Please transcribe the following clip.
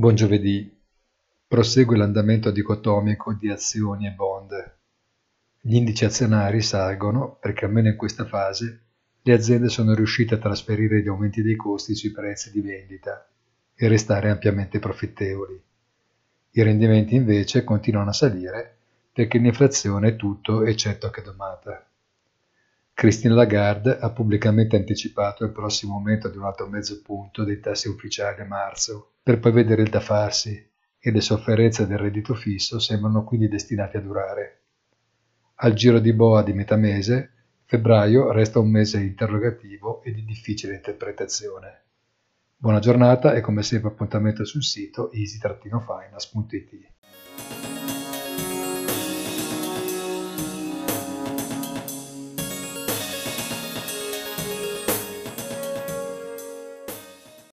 Buon giovedì. Prosegue l'andamento dicotomico di azioni e bond. Gli indici azionari salgono perché almeno in questa fase le aziende sono riuscite a trasferire gli aumenti dei costi sui prezzi di vendita e restare ampiamente profittevoli. I rendimenti invece continuano a salire perché l'inflazione è tutto eccetto che domata. Christine Lagarde ha pubblicamente anticipato il prossimo aumento di un altro mezzo punto dei tassi ufficiali a marzo, per poi vedere il da farsi, e le sofferenze del reddito fisso sembrano quindi destinate a durare. Al giro di boa di metà mese, febbraio resta un mese interrogativo e di difficile interpretazione. Buona giornata e come sempre appuntamento sul sito easy-finance.it.